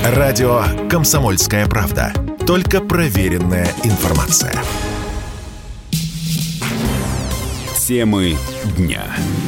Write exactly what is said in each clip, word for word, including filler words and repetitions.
Радио «Комсомольская правда». Только проверенная информация. Темы дня.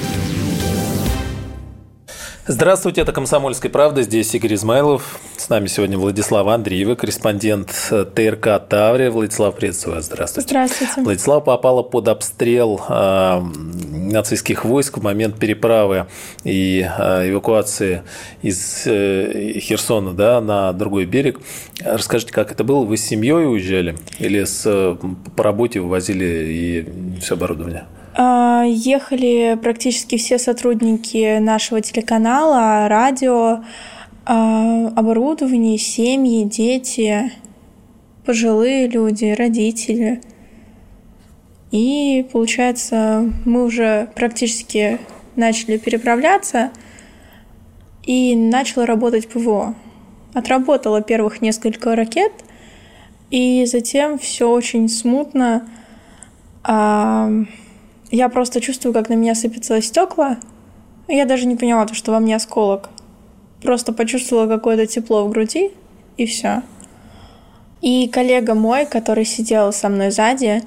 Здравствуйте, это «Комсомольская правда», здесь Игорь Измайлов. С нами сегодня Владислава Андреева, корреспондент ТРК «Таврия». Владислав, приветствую вас, здравствуйте. Здравствуйте. Владислава попала под обстрел э, нацистских войск в момент переправы и э, эвакуации из э, Херсона, да, на другой берег. Расскажите, как это было? Вы с семьей уезжали или с, по работе вывозили и все оборудование? Ехали практически все сотрудники нашего телеканала, радио, оборудование, семьи, дети, пожилые люди, родители. И, получается, мы уже практически начали переправляться, и начало работать ПВО. Отработало первых несколько ракет, и затем все очень смутно. Я просто чувствую, как на меня сыпятся стекла. Я даже не поняла, что во мне осколок. Просто почувствовала какое-то тепло в груди, и все. И коллега мой, который сидел со мной сзади,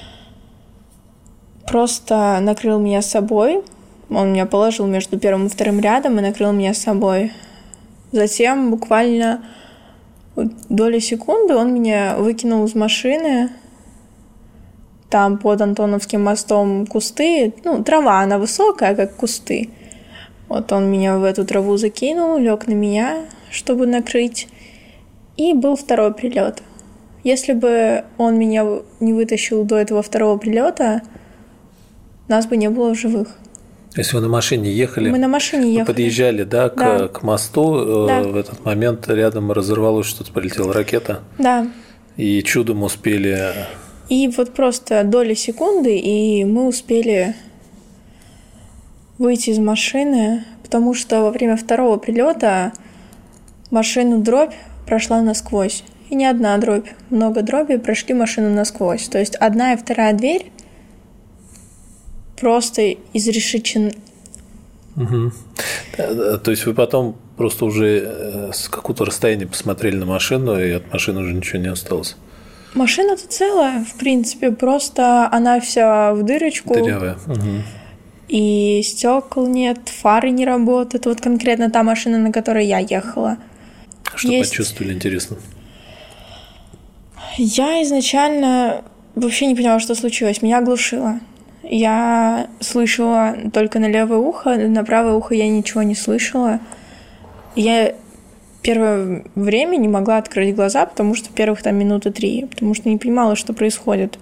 просто накрыл меня собой. Он меня положил между первым и вторым рядом и накрыл меня собой. Затем буквально доли секунды он меня выкинул из машины. Там под Антоновским мостом кусты, ну, трава, она высокая, как кусты. Вот он меня в эту траву закинул, лег на меня, чтобы накрыть. И был второй прилет. Если бы он меня не вытащил до этого второго прилета, нас бы не было в живых. То есть вы на машине ехали? Мы на машине ехали. Вы подъезжали, да, к, да. к мосту. Да. В этот момент рядом разорвалось что-то, полетела ракета. Да. И чудом успели... И вот просто доли секунды, и мы успели выйти из машины, потому что во время второго прилета машину дробь прошла насквозь. И не одна дробь, много дробей прошли машину насквозь. То есть одна и вторая дверь просто изрешечены. Угу. То есть вы потом просто уже с какого-то расстояния посмотрели на машину, и от машины уже ничего не осталось? Машина-то целая, в принципе, просто она вся в дырочку. Дырявая. Угу. И стекол нет, фары не работают. Вот конкретно та машина, на которой я ехала. Что Есть... почувствовали, интересно? Я изначально вообще не поняла, что случилось. Меня оглушило. Я слышала только на левое ухо, на правое ухо я ничего не слышала. Я... Первое время не могла открыть глаза, потому что первых там минуты три, потому что не понимала, что происходит.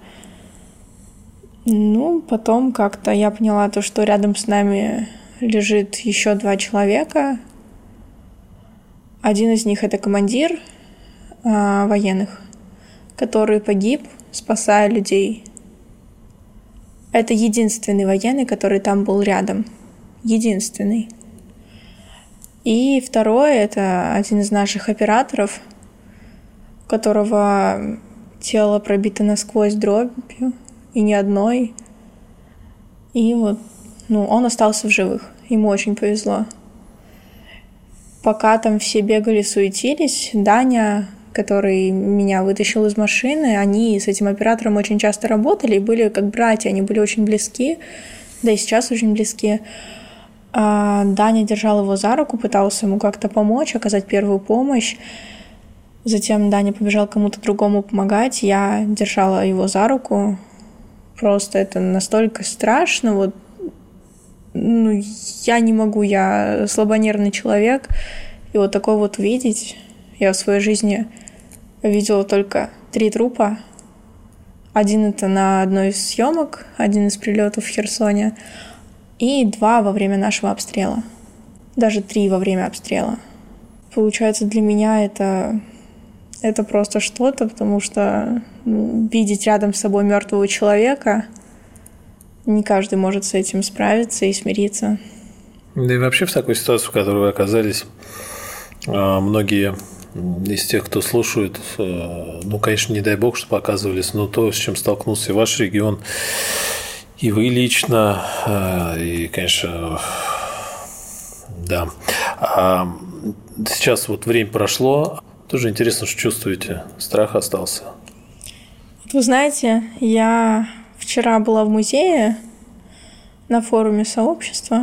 Ну, потом как-то я поняла то, что рядом с нами лежит еще два человека. Один из них — это командир э, военных, который погиб, спасая людей. Это единственный военный, который там был рядом. Единственный. И второе — это один из наших операторов, у которого тело пробито насквозь дробью, и не одной. И вот, ну, он остался в живых. Ему очень повезло. Пока там все бегали, суетились, Даня, который меня вытащил из машины, они с этим оператором очень часто работали и были как братья, они были очень близки, да и сейчас очень близки. Даня держал его за руку, пытался ему как-то помочь, оказать первую помощь. Затем Даня побежал кому-то другому помогать. Я держала его за руку. Просто это настолько страшно. Вот, ну, я не могу, я слабонервный человек. И вот такое вот видеть. Я в своей жизни видела только три трупа. Один это на одной из съемок, один из прилетов в Херсоне. И два во время нашего обстрела. Даже три во время обстрела. Получается, для меня это, это просто что-то, потому что ну, видеть рядом с собой мертвого человека, не каждый может с этим справиться и смириться. Да и вообще в такой ситуации, в которой вы оказались, многие из тех, кто слушает, ну, конечно, не дай бог, чтобы оказывались, но то, с чем столкнулся ваш регион, и вы лично, и, конечно, да. Сейчас вот время прошло. Тоже интересно, что чувствуете. Страх остался. Вы знаете, я вчера была в музее на форуме сообщества.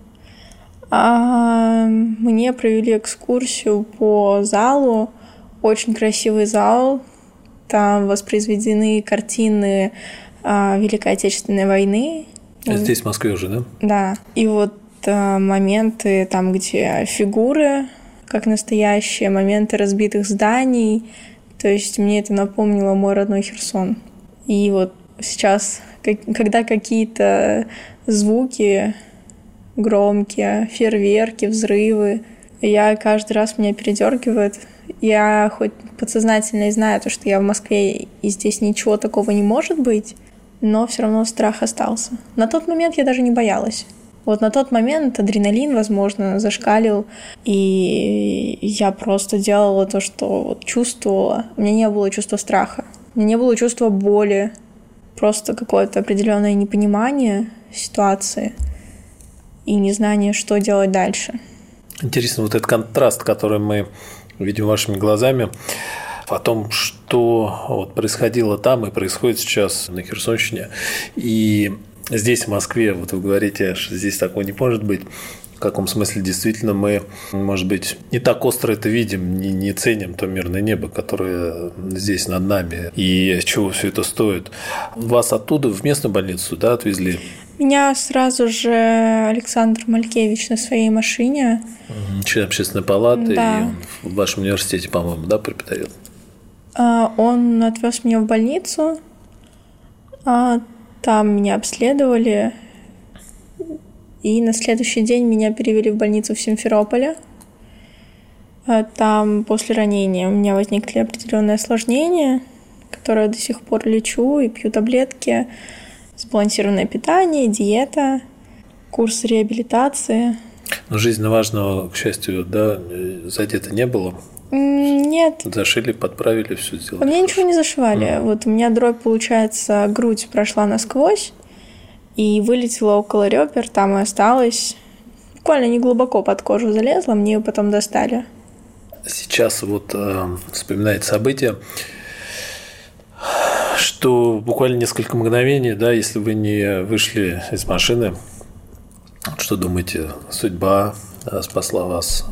А мне провели экскурсию по залу. Очень красивый зал. Там воспроизведены картины Великой Отечественной войны. А здесь в Москве уже, да? Да. И вот моменты там, где фигуры как настоящие, моменты разбитых зданий. То есть мне это напомнило мой родной Херсон. И вот сейчас, когда какие-то звуки громкие, фейерверки, взрывы, я каждый раз меня передергивает. Я хоть подсознательно и знаю, что я в Москве, и здесь ничего такого не может быть, но все равно страх остался. На тот момент я даже не боялась. Вот на тот момент адреналин, возможно, зашкалил, и я просто делала то, что вот чувствовала. У меня не было чувства страха, у меня не было чувства боли, просто какое-то определенное непонимание ситуации и незнание, что делать дальше. Интересно, вот этот контраст, который мы видим вашими глазами, о том, что вот происходило там и происходит сейчас на Херсонщине, и здесь, в Москве, вот вы говорите, что здесь такого не может быть. В каком смысле действительно мы, может быть, не так остро это видим, не, не ценим то мирное небо, которое здесь над нами, и чего все это стоит. Вас оттуда в местную больницу, да, отвезли? Меня сразу же Александр Малькевич на своей машине. Член общественной палаты, да. И он в вашем университете, по-моему, да, преподает? Он отвез меня в больницу. Там меня обследовали, и на следующий день меня перевели в больницу в Симферополе. Там после ранения у меня возникли определенные осложнения, которые я до сих пор лечу и пью таблетки, сбалансированное питание, диета, курс реабилитации. Но жизненно важного, к счастью, да, задето не было? Нет. Зашили, подправили, все сделали. У меня ничего не зашивали. Mm. Вот у меня дробь, получается, грудь прошла насквозь и вылетела около ребер, там и осталась. Буквально не глубоко под кожу залезла, мне ее потом достали. Сейчас вот э, вспоминает события, что буквально несколько мгновений, да, если вы не вышли из машины, что думаете, судьба спасла вас?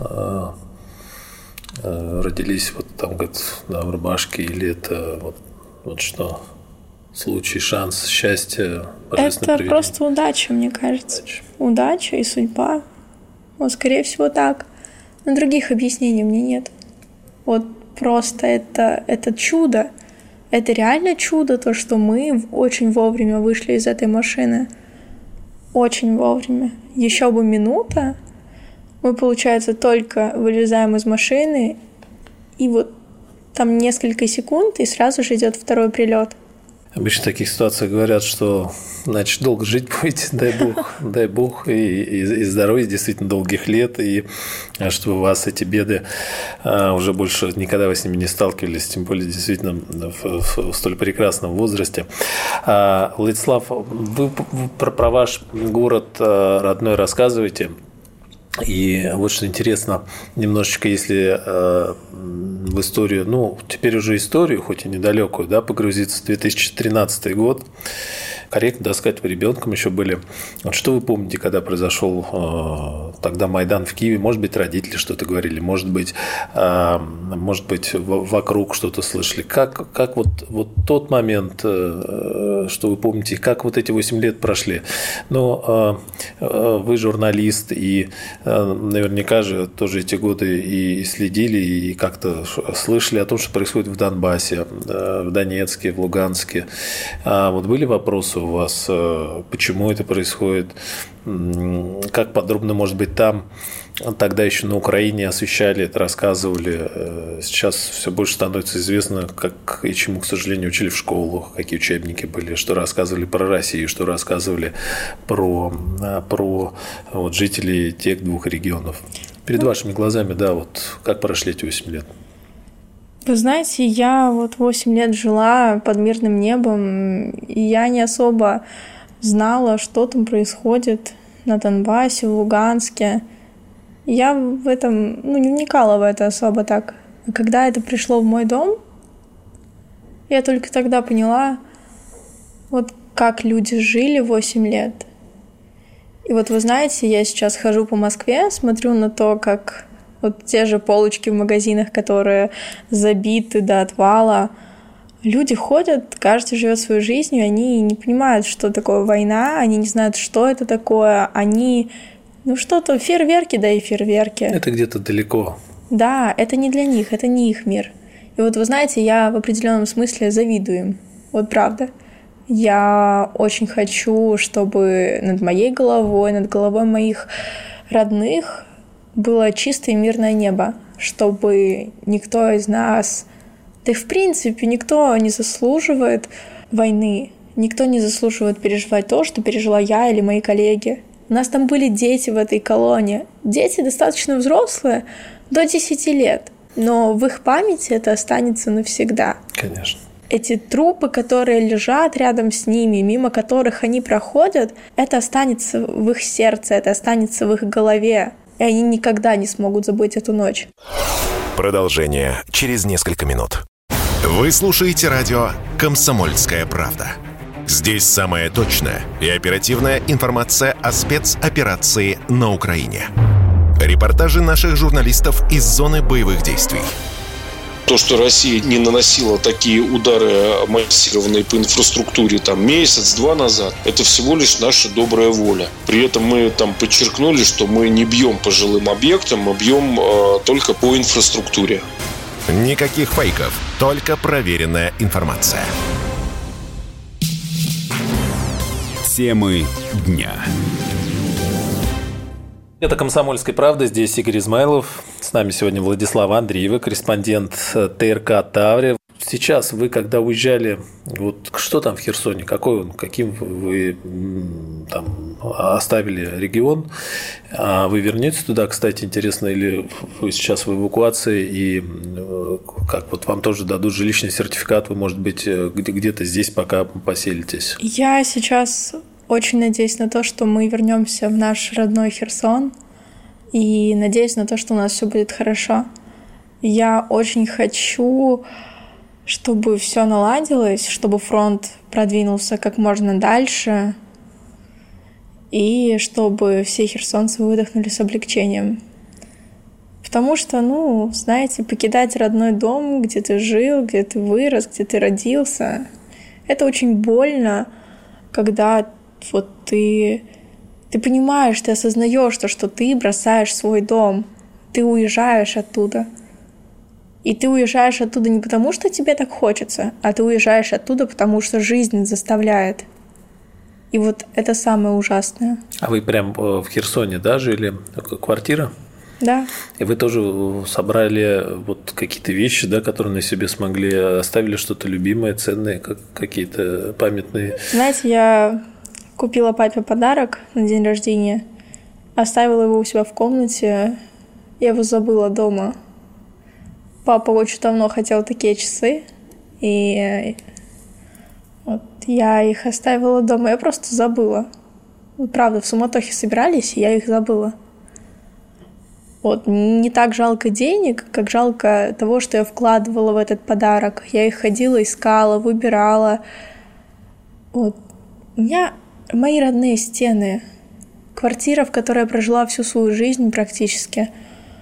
Родились вот там, говорит, да, в рубашке, или это вот, вот что? Случай, шанс, счастье, божественное Это просто удача, мне кажется. Удача. удача и судьба. Вот, скорее всего, так. Но других объяснений у меня нет. Вот просто это, это чудо. Это реально чудо, то, что мы очень вовремя вышли из этой машины. Очень вовремя. Еще бы минута. Мы, получается, только вылезаем из машины, и вот там несколько секунд, и сразу же идет второй прилет. Обычно в таких ситуациях говорят, что, значит, долго жить будете, дай бог, дай бог, и, и, и здоровья, действительно, долгих лет, и чтобы у вас эти беды а, уже больше никогда вы с ними не сталкивались, тем более, действительно, в, в, в столь прекрасном возрасте. А, Владислав, вы про, про ваш город а, родной рассказываете. И вот что интересно, немножечко, если э, в историю, ну, теперь уже историю, хоть и недалекую, да, погрузиться, две тысячи тринадцатый год, корректно, да, сказать, вы ребенком еще были. Вот что вы помните, когда произошел э, тогда Майдан в Киеве? Может быть, родители что-то говорили, может быть, э, может быть, в, вокруг что-то слышали. Как, как вот, вот тот момент, э, что вы помните, как вот эти восемь лет прошли? Ну, э, э, вы журналист, и э, наверняка же тоже эти годы и следили, и как-то слышали о том, что происходит в Донбассе, э, в Донецке, в Луганске. А вот были вопросы у вас, почему это происходит, как подробно, может быть, там тогда еще на Украине освещали это, рассказывали. Сейчас все больше становится известно, как и чему, к сожалению, учили в школах, какие учебники были, что рассказывали про Россию, что рассказывали про, про вот, жителей тех двух регионов. Перед вашими глазами, да, вот как прошли эти восемь лет? Вы знаете, я вот восемь лет жила под мирным небом, и я не особо знала, что там происходит на Донбассе, в Луганске. Я в этом, ну, не вникала в это особо так. А когда это пришло в мой дом, я только тогда поняла, вот как люди жили восемь лет. И вот вы знаете, я сейчас хожу по Москве, смотрю на то, как вот те же полочки в магазинах, которые забиты до отвала. Люди ходят, каждый живет свою жизнь, и они не понимают, что такое война, они не знают, что это такое, они, ну что-то, фейерверки, да и фейерверки. Это где-то далеко. Да, это не для них, это не их мир. И вот вы знаете, я в определенном смысле завидую им, вот правда. Я очень хочу, чтобы над моей головой, над головой моих родных было чистое и мирное небо, чтобы никто из нас, да и в принципе никто не заслуживает войны, никто не заслуживает переживать то, что пережила я или мои коллеги. У нас там были дети в этой колонии, дети достаточно взрослые, до десяти лет, но в их памяти это останется навсегда. Конечно. Эти трупы, которые лежат рядом с ними, мимо которых они проходят, это останется в их сердце, это останется в их голове. И они никогда не смогут забыть эту ночь. Продолжение через несколько минут. Вы слушаете радио «Комсомольская правда». Здесь самая точная и оперативная информация о спецоперации на Украине. Репортажи наших журналистов из зоны боевых действий. То, что Россия не наносила такие удары массированные по инфраструктуре там месяц-два назад, это всего лишь наша добрая воля. При этом мы там подчеркнули, что мы не бьем по жилым объектам, мы бьем э, только по инфраструктуре. Никаких фейков, только проверенная информация. Темы дня. Это «Комсомольская правда», здесь Игорь Измайлов. С нами сегодня Владислава Андреева, корреспондент ТРК «Таврия». Сейчас вы, когда уезжали, вот что там в Херсоне, какой он, каким вы там оставили регион? А вы вернетесь туда, кстати, интересно, или вы сейчас в эвакуации, и как вот вам тоже дадут жилищный сертификат, вы, может быть, где-то здесь пока поселитесь? Я сейчас очень надеюсь на то, что мы вернемся в наш родной Херсон, и надеюсь на то, что у нас все будет хорошо. Я очень хочу, чтобы все наладилось, чтобы фронт продвинулся как можно дальше, и чтобы все херсонцы выдохнули с облегчением. Потому что, ну, знаете, покидать родной дом, где ты жил, где ты вырос, где ты родился, это очень больно, когда вот ты, ты понимаешь, ты осознаешь то, что ты бросаешь свой дом, ты уезжаешь оттуда. И ты уезжаешь оттуда не потому, что тебе так хочется, а ты уезжаешь оттуда, потому что жизнь заставляет. И вот это самое ужасное. А вы прям в Херсоне, да, жили? Квартира? Да. И вы тоже собрали вот какие-то вещи, да, которые на себе смогли, оставили что-то любимое, ценное, как какие-то памятные? Знаете, я купила папе подарок на день рождения, оставила его у себя в комнате, я его забыла дома. Папа очень давно хотел такие часы, и вот я их оставила дома, я просто забыла. Вот, правда, в суматохе собирались, и я их забыла. Вот, не так жалко денег, как жалко того, что я вкладывала в этот подарок. Я их ходила, искала, выбирала. Вот. У меня мои родные стены, квартира, в которой я прожила всю свою жизнь практически.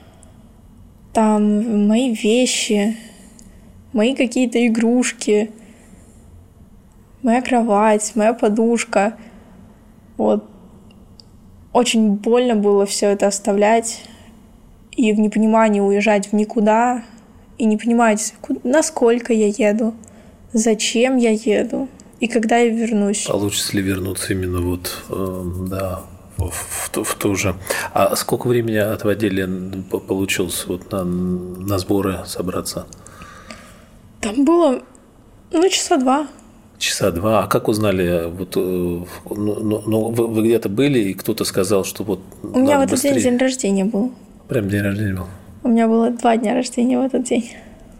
Там мои вещи, мои какие-то игрушки, моя кровать, моя подушка. Вот. Очень больно было все это оставлять и в непонимании уезжать в никуда, и не понимать, насколько я еду, зачем я еду и когда я вернусь. Получится ли вернуться именно вот, э, да, в, в, в ту же. А сколько времени отводили, получилось вот на, на сборы собраться? Там было, ну, часа два. Часа два. А как узнали, вот, ну, ну, вы, вы где-то были, и кто-то сказал, что вот у меня в этот быстрее. День день рождения был. Прям день рождения был? У меня было два дня рождения в этот день.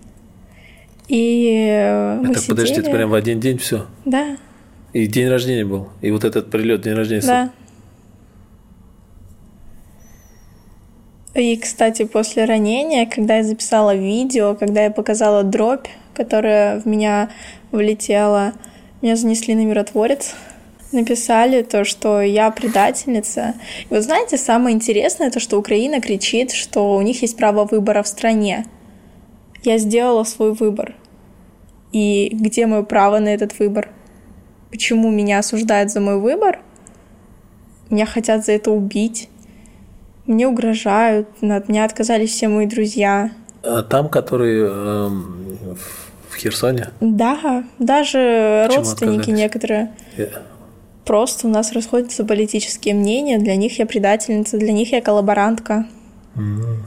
И мы это, сидели... Подожди, это прям в один день все? Да. И день рождения был? И вот этот прилет, день рождения? Да. И, кстати, после ранения, когда я записала видео, когда я показала дробь, которая в меня влетела, меня занесли на миротворец. Написали то, что я предательница. И вы знаете, самое интересное, то, что Украина кричит, что у них есть право выбора в стране. Я сделала свой выбор. И где мое право на этот выбор? Почему меня осуждают за мой выбор? Меня хотят за это убить. Мне угрожают, от меня отказались все мои друзья. А там, которые э, в Херсоне? Да, даже Почему родственники отказались? некоторые. Yeah. Просто у нас расходятся политические мнения. Для них я предательница, для них я коллаборантка. Mm.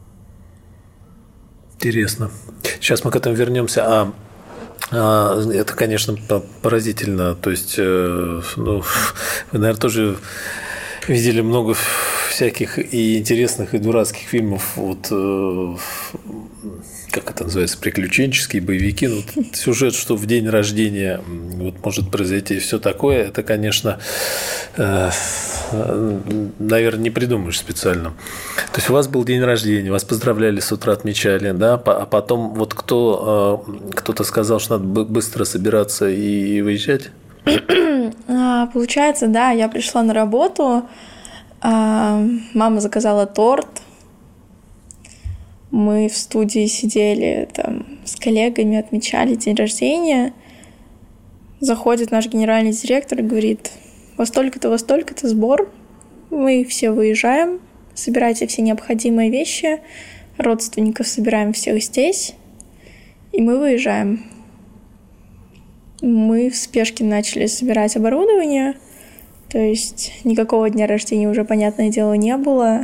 Интересно. Сейчас мы к этому вернемся. А, а это, конечно, поразительно. То есть, э, ну, вы, наверное, тоже видели много всяких и интересных, и дурацких фильмов, вот, э, как это называется, приключенческие боевики. Ну, вот, сюжет, что в день рождения вот, может произойти и все такое, это, конечно, э, наверное, не придумаешь специально. То есть у вас был день рождения, вас поздравляли, с утра отмечали, да, а потом вот кто, э, кто-то сказал, что надо быстро собираться и выезжать? Получается, да, я пришла на работу, мама заказала торт, мы в студии сидели там с коллегами, отмечали день рождения, заходит наш генеральный директор и говорит: во столько-то, во столько-то сбор, мы все выезжаем, собирайте все необходимые вещи, родственников собираем всех здесь, и мы выезжаем. Мы в спешке начали собирать оборудование, то есть никакого дня рождения уже, понятное дело, не было.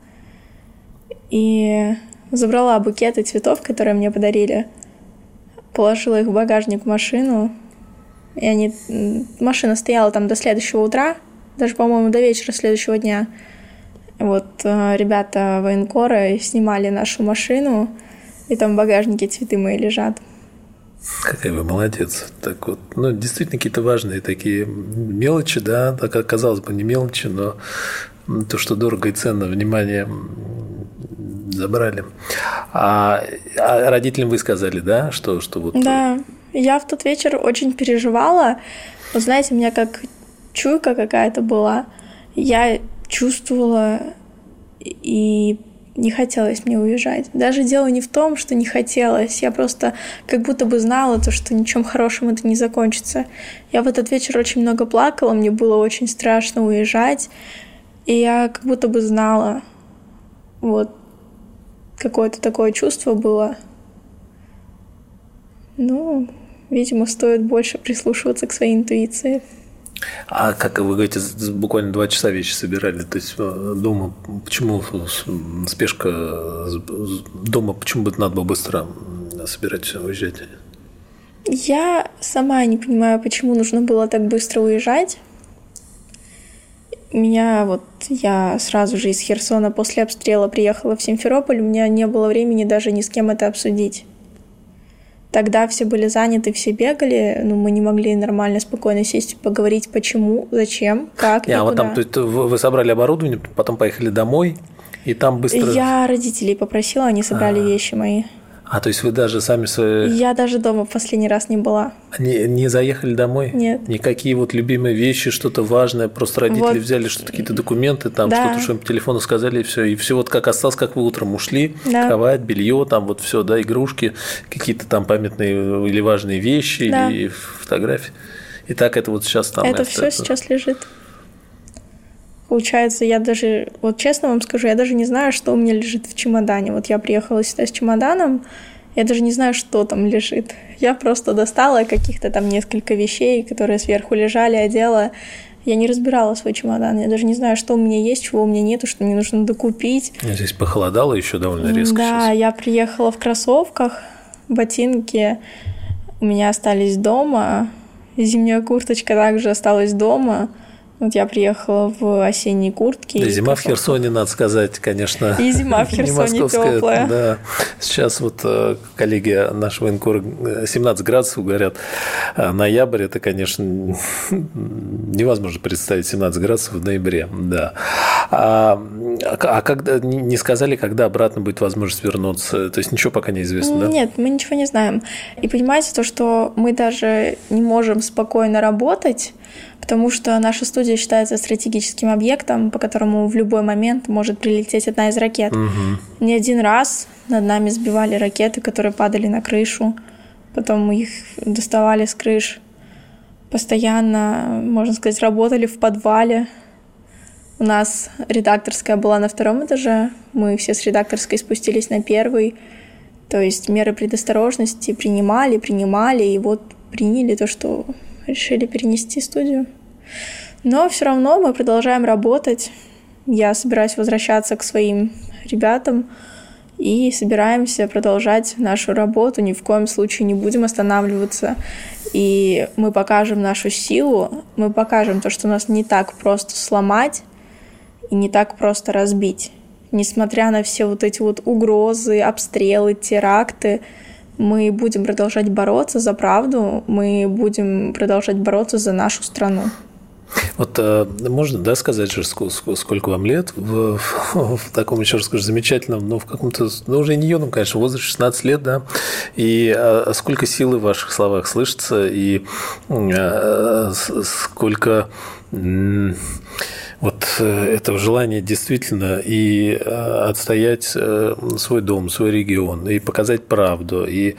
И забрала букеты цветов, которые мне подарили, положила их в багажник в машину, и они... машина стояла там до следующего утра, даже, по-моему, до вечера следующего дня. Вот ребята военкоры снимали нашу машину, и там в багажнике цветы мои лежат. Какая вы молодец. Так вот, ну, действительно, какие-то важные такие мелочи, да, так, казалось бы, не мелочи, но то, что дорого и ценно, внимание забрали. А, а родителям вы сказали, да, что, что вот... Да, я в тот вечер очень переживала. Вы знаете, у меня как чуйка какая-то была. Я чувствовала и... не хотелось мне уезжать. Даже дело не в том, что не хотелось. Я просто как будто бы знала то, что ничем хорошим это не закончится. Я в этот вечер очень много плакала, мне было очень страшно уезжать. И я как будто бы знала. Вот. Какое-то такое чувство было. Ну, видимо, стоит больше прислушиваться к своей интуиции. А как вы говорите, буквально два часа вещи собирали, то есть дома, почему спешка дома, почему бы надо было быстро собирать все, уезжать? Я сама не понимаю, почему нужно было так быстро уезжать. Меня вот, я сразу же из Херсона после обстрела приехала в Симферополь, у меня не было времени даже ни с кем это обсудить. Тогда все были заняты, все бегали, ну, мы не могли нормально, спокойно сесть и поговорить, почему, зачем, как, не, а вот там, то есть вы собрали оборудование, потом поехали домой, и там быстро... Я родителей попросила, они собрали А-а-а. вещи мои. А, то есть вы даже сами... свои... Я даже дома в последний раз не была. Не, не заехали домой? Нет. Никакие вот любимые вещи, что-то важное, просто родители вот. взяли что-то, какие-то документы, там да. что-то, что им по телефону сказали, и все. И все вот как осталось, как вы утром ушли, да. кровать, белье, там вот все, да, игрушки, какие-то там памятные или важные вещи, да. или фотографии. И так это вот сейчас там... Это все сейчас лежит. Получается, я даже, вот честно вам скажу, я даже не знаю, что у меня лежит в чемодане. Вот я приехала сюда с чемоданом, я даже не знаю, что там лежит. Я просто достала каких-то там несколько вещей, которые сверху лежали, одела. Я не разбирала свой чемодан. Я даже не знаю, что у меня есть, чего у меня нету, что мне нужно докупить. Здесь похолодало еще довольно резко. Да, сейчас. Я приехала в кроссовках, ботинки у меня остались дома, зимняя курточка также осталась дома. Вот я приехала в осенней куртке. Да, зима в Херсоне, надо сказать, конечно. И зима в Херсоне теплая. Да. Сейчас вот коллеги нашего военкора семнадцать градусов говорят. Ноябрь – это, конечно, невозможно представить семнадцать градусов в ноябре. Да. А, а когда не сказали, когда обратно будет возможность вернуться? То есть ничего пока не известно, да? Нет, мы ничего не знаем. И понимаете, то, что мы даже не можем спокойно работать, потому что наша студия считается стратегическим объектом, по которому в любой момент может прилететь одна из ракет. Угу. Не один раз над нами сбивали ракеты, которые падали на крышу, потом мы их доставали с крыш. Постоянно, можно сказать, работали в подвале. У нас редакторская была на втором этаже, мы все с редакторской спустились на первый. То есть меры предосторожности принимали, принимали, и вот приняли то, что решили перенести студию. Но все равно мы продолжаем работать. Я собираюсь возвращаться к своим ребятам и собираемся продолжать нашу работу. Ни в коем случае не будем останавливаться. И мы покажем нашу силу, мы покажем то, что нас не так просто сломать и не так просто разбить. Несмотря на все вот эти вот угрозы, обстрелы, теракты, мы будем продолжать бороться за правду, мы будем продолжать бороться за нашу страну. Вот можно, да, сказать же, сколько вам лет в, в, в таком, еще раз скажу, замечательном, но в каком-то, ну, уже не юном, конечно, возрасте шестнадцать лет, да, и а, сколько силы в ваших словах слышится, и а, сколько вот этого желания действительно и отстоять свой дом, свой регион, и показать правду, и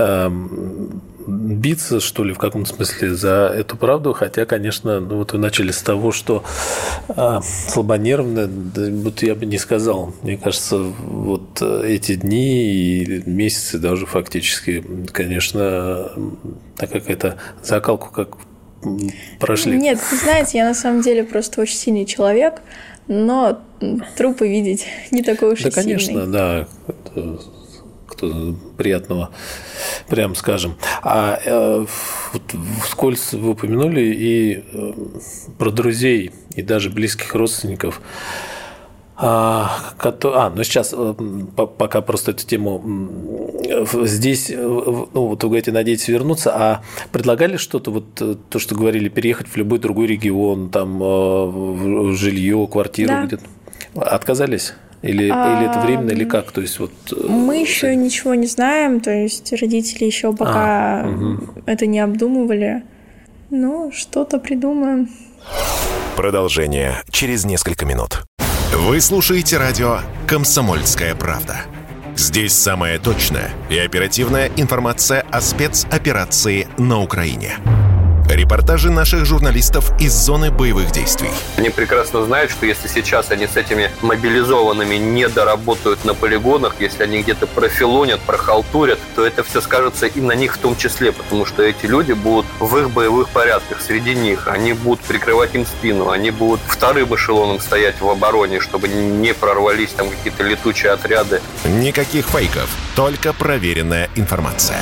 биться, что ли, в каком-то смысле за эту правду, хотя, конечно, ну, вот вы начали с того, что а, слабонервно, да, вот я бы не сказал. Мне кажется, вот эти дни и месяцы даже фактически, конечно, такая какая-то закалку, как прошли. Нет, вы знаете, я на самом деле просто очень сильный человек, но трупы видеть не такой уж и да, сильный. Да, конечно, да. Приятного, прям скажем. А э, вот вскользь вы упомянули и э, про друзей, и даже близких родственников. А, а ну сейчас э, пока просто эту тему э, здесь, э, ну вот вы говорите, надеетесь вернуться, а предлагали что-то, вот то, что говорили, переехать в любой другой регион, там э, в жилье, квартиру, да. Где-то? Отказались? Или, а, или это временно, или как? То есть, вот, мы еще ничего не знаем, то есть родители еще пока а, угу. это не обдумывали. Ну, что-то придумаем. Продолжение через несколько минут. Вы слушаете радио «Комсомольская правда». Здесь самая точная и оперативная информация о спецоперации на Украине. Репортажи наших журналистов из зоны боевых действий. Они прекрасно знают, что если сейчас они с этими мобилизованными не доработают на полигонах, если они где-то профилонят, прохалтурят, то это все скажется и на них в том числе, потому что эти люди будут в их боевых порядках среди них, они будут прикрывать им спину, они будут вторым эшелоном стоять в обороне, чтобы не прорвались там какие-то летучие отряды. Никаких фейков, только проверенная информация.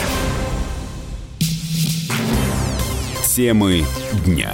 Темы дня.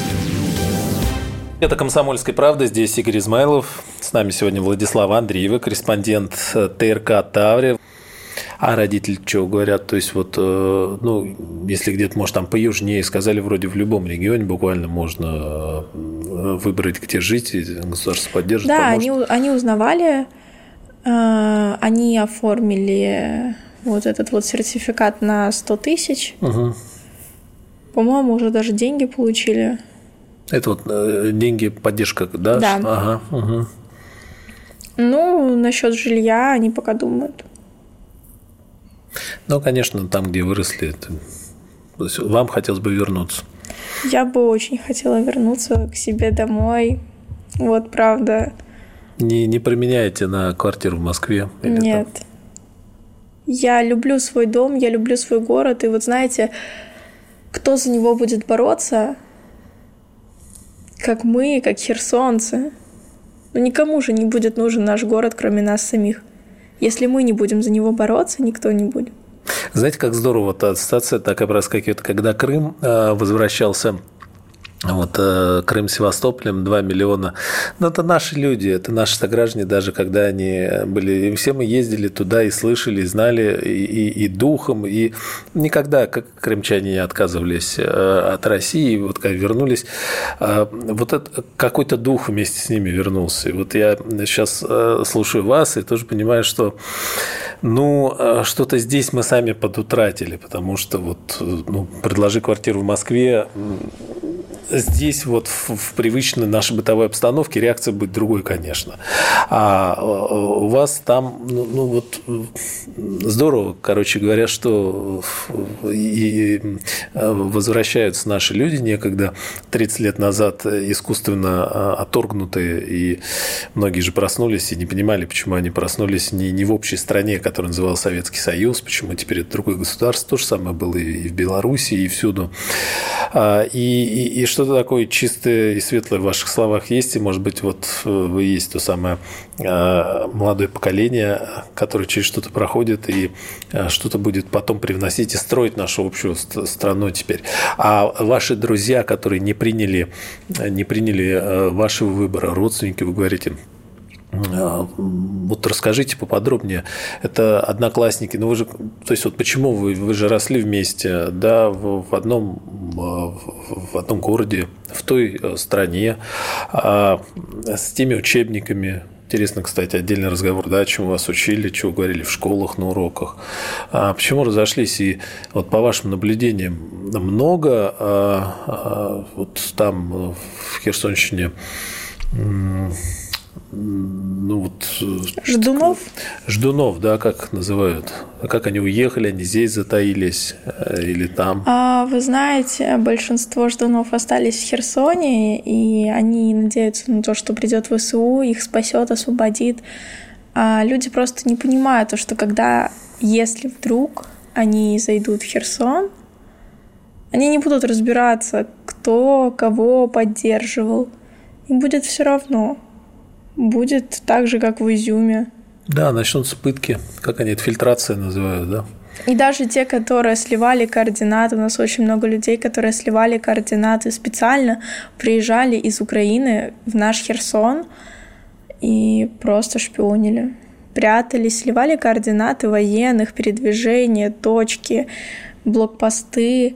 Это «Комсомольская правда». Здесь Игорь Измайлов. С нами сегодня Владислава Андреева, корреспондент ТРК «Таврия». А родители что говорят? То есть, вот, ну, если где-то, может, там поюжнее, сказали, вроде в любом регионе буквально можно выбрать, где жить, и государство поддержит, да, поможет. они, они узнавали, они оформили вот этот вот сертификат на сто тысяч. Угу. По-моему, уже даже деньги получили. Это вот э, деньги, поддержка, да? Да. Ага, угу. Ну, насчет жилья они пока думают. Ну, конечно, там, где выросли, это... вам хотелось бы вернуться. Я бы очень хотела вернуться к себе домой. Вот, правда. Не, не променяете на квартиру в Москве? Или нет. Там? Я люблю свой дом, я люблю свой город. И вот, знаете... Кто за него будет бороться, как мы, как херсонцы? Ну, никому же не будет нужен наш город, кроме нас самих. Если мы не будем за него бороться, никто не будет. Знаете, как здорово та ситуация так проскакивает, когда Крым возвращался Вот, Крым с Севастополем, два миллиона. Но это наши люди, это наши сограждане, даже когда они были. И все мы ездили туда и слышали, и знали, и, и, и духом, и никогда, как крымчане, не отказывались от России. И вот когда вернулись, вот это, какой-то дух вместе с ними вернулся. И вот я сейчас слушаю вас и тоже понимаю, что ну, что-то здесь мы сами подутратили, потому что вот, ну, предложи квартиру в Москве, здесь вот в, в привычной нашей бытовой обстановке реакция будет другой, конечно. А у вас там, ну, ну вот здорово, короче говоря, что и возвращаются наши люди, некогда тридцать лет назад искусственно отторгнутые, и многие же проснулись и не понимали, почему они проснулись не, не в общей стране, которая называлась Советский Союз, почему теперь это другое государство. То же самое было и в Беларуси, и всюду. И, и, и что-то такое чистое и светлое в ваших словах есть, и, может быть, вот вы есть то самое молодое поколение, которое через что-то проходит и что-то будет потом привносить и строить нашу общую страну теперь. А ваши друзья, которые не приняли, не приняли вашего выбора, родственники, вы говорите, вот расскажите поподробнее. Это одноклассники. Ну вы же, то есть вот почему вы, вы же росли вместе, да, в, в одном в одном городе, в той стране, а, с теми учебниками. Интересно, кстати, отдельный разговор, да, чему вас учили, чего говорили в школах, на уроках. А почему разошлись? И вот по вашим наблюдениям много а, а, вот там в Херсонщине. Ну, вот, Ждунов? Ждунов, да, как их называют. А как они уехали, они здесь затаились или там? А, вы знаете, большинство ждунов остались в Херсоне, и они надеются на то, что придет ВСУ, их спасет, освободит. А люди просто не понимают то, что когда, если вдруг они зайдут в Херсон, они не будут разбираться, кто кого поддерживал. Им будет все равно. Будет так же, как в Изюме. Да, начнутся пытки, как они это, фильтрация называют, да? И даже те, которые сливали координаты, у нас очень много людей, которые сливали координаты специально, приезжали из Украины в наш Херсон и просто шпионили. Прятались, сливали координаты военных, передвижения, точки, блокпосты.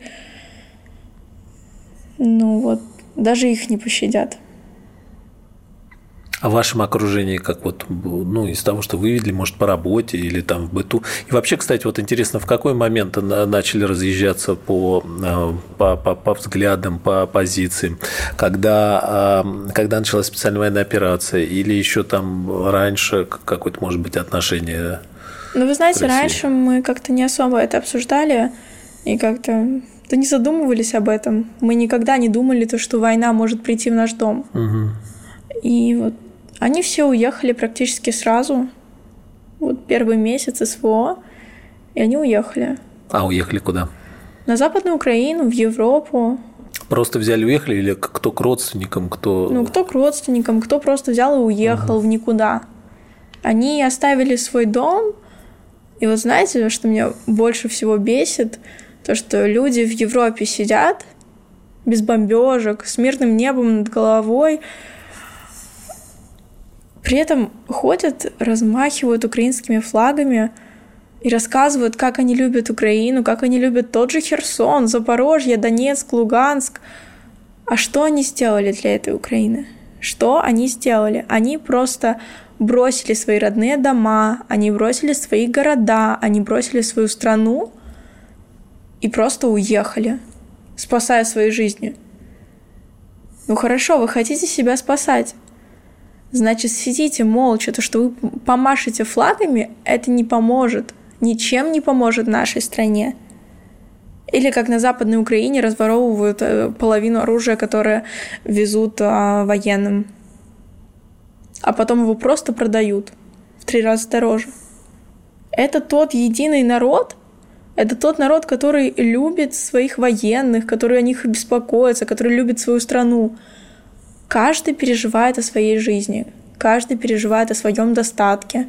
Ну вот, даже их не пощадят. А в вашем окружении, как вот, ну, из того, что вы видели, может, по работе или там в быту? И вообще, кстати, вот интересно, в какой момент начали разъезжаться по, по, по, по взглядам, по позициям? Когда, когда началась специальная военная операция? Или еще там раньше какое-то, может быть, отношение? Ну, вы знаете, раньше мы как-то не особо это обсуждали и как-то да не задумывались об этом. Мы никогда не думали, то, что война может прийти в наш дом. Угу. И вот они все уехали практически сразу. Вот первый месяц СВО, и они уехали. А уехали куда? На Западную Украину, в Европу. Просто взяли, уехали, или кто к родственникам, кто… Ну, кто к родственникам, кто просто взял и уехал угу. в никуда. Они оставили свой дом, и вот знаете, что меня больше всего бесит? То, что люди в Европе сидят без бомбежек, с мирным небом над головой, при этом ходят, размахивают украинскими флагами и рассказывают, как они любят Украину, как они любят тот же Херсон, Запорожье, Донецк, Луганск. А что они сделали для этой Украины? Что они сделали? Они просто бросили свои родные дома, они бросили свои города, они бросили свою страну и просто уехали, спасая свои жизни. Ну хорошо, вы хотите себя спасать. Значит, сидите молча. То, что вы помашете флагами, это не поможет. Ничем не поможет нашей стране. Или как на Западной Украине разворовывают половину оружия, которое везут а, военным. А потом его просто продают в три раза дороже. Это тот единый народ, это тот народ, который любит своих военных, который о них беспокоится, который любит свою страну. Каждый переживает о своей жизни, каждый переживает о своем достатке.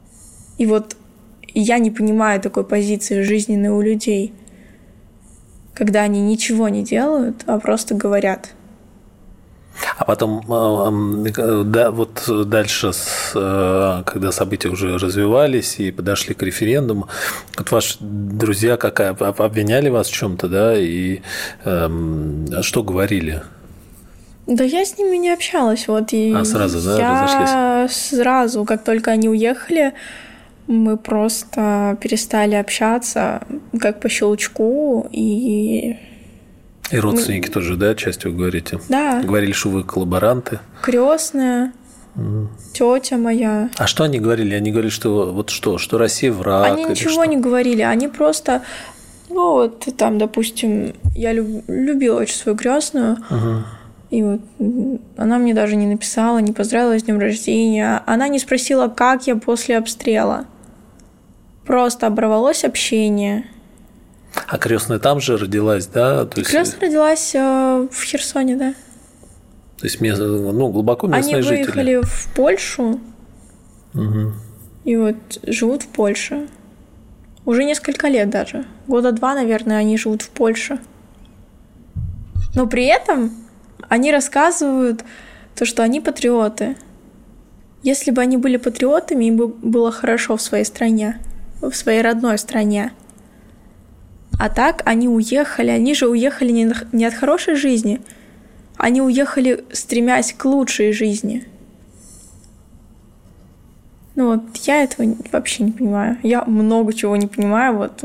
И вот я не понимаю такой позиции жизненной у людей. когда они ничего не делают, а просто говорят. А потом, да, вот дальше, когда события уже развивались и подошли к референдуму, вот ваши друзья как обвиняли вас в чем-то, да, и э, что говорили? Да я с ними не общалась, вот. И а, сразу, да, я разошлись? Сразу, как только они уехали, мы просто перестали общаться, как по щелчку, и... И родственники мы... тоже, да, частью говорите? Да. Говорили, что вы коллаборанты. Крестная, mm. тетя моя. А что они говорили? Они говорили, что вот что, что Россия враг? Они ничего не говорили, они просто, ну вот там, допустим, я люб... любила очень свою крестную, uh-huh. и вот она мне даже не написала, не поздравила с днем рождения, она не спросила, как я после обстрела. Просто оборвалось общение. А крестная там же родилась, да? То есть... Крестная родилась э, в Херсоне, да. То есть, ну, глубоко местные жители. Они выехали жители. в Польшу, угу. и вот живут в Польше. Уже несколько лет даже. Года два, наверное, они живут в Польше. Но при этом они рассказывают то, что они патриоты. Если бы они были патриотами, им бы было хорошо в своей стране, в своей родной стране. А так они уехали, они же уехали не от хорошей жизни, они уехали, стремясь к лучшей жизни. Ну вот, я этого вообще не понимаю. Я много чего не понимаю вот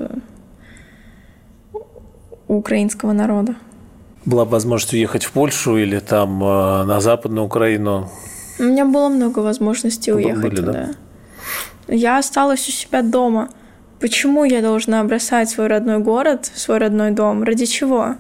у украинского народа. Была бы возможность уехать в Польшу или там на Западную Украину? У меня было много возможностей уехать Были, туда. Да? Я осталась у себя дома. Почему я должна бросать свой родной город, свой родной дом? Ради чего?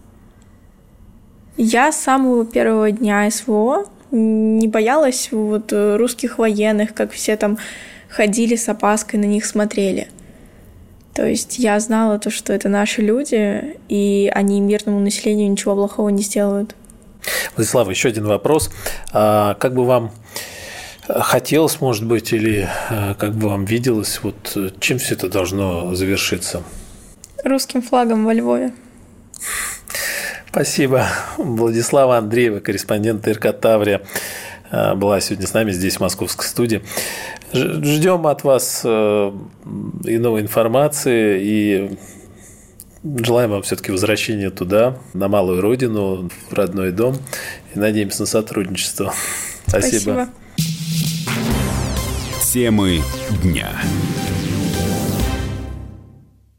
Я с самого первого дня СВО не боялась вот русских военных, как все там ходили с опаской, на них смотрели. То есть я знала то, что это наши люди, и они мирному населению ничего плохого не сделают. Владислава, еще один вопрос. А как бы вам хотелось, может быть, или как бы вам виделось, вот чем все это должно завершиться? Русским флагом во Львове. Спасибо. Владислава Андреева, корреспондент ТРК «Таврия», была сегодня с нами здесь, в московской студии. Ждем от вас и новой информации, и желаем вам все-таки возвращения туда, на малую родину, в родной дом, и надеемся на сотрудничество. Спасибо. Спасибо. Темы дня.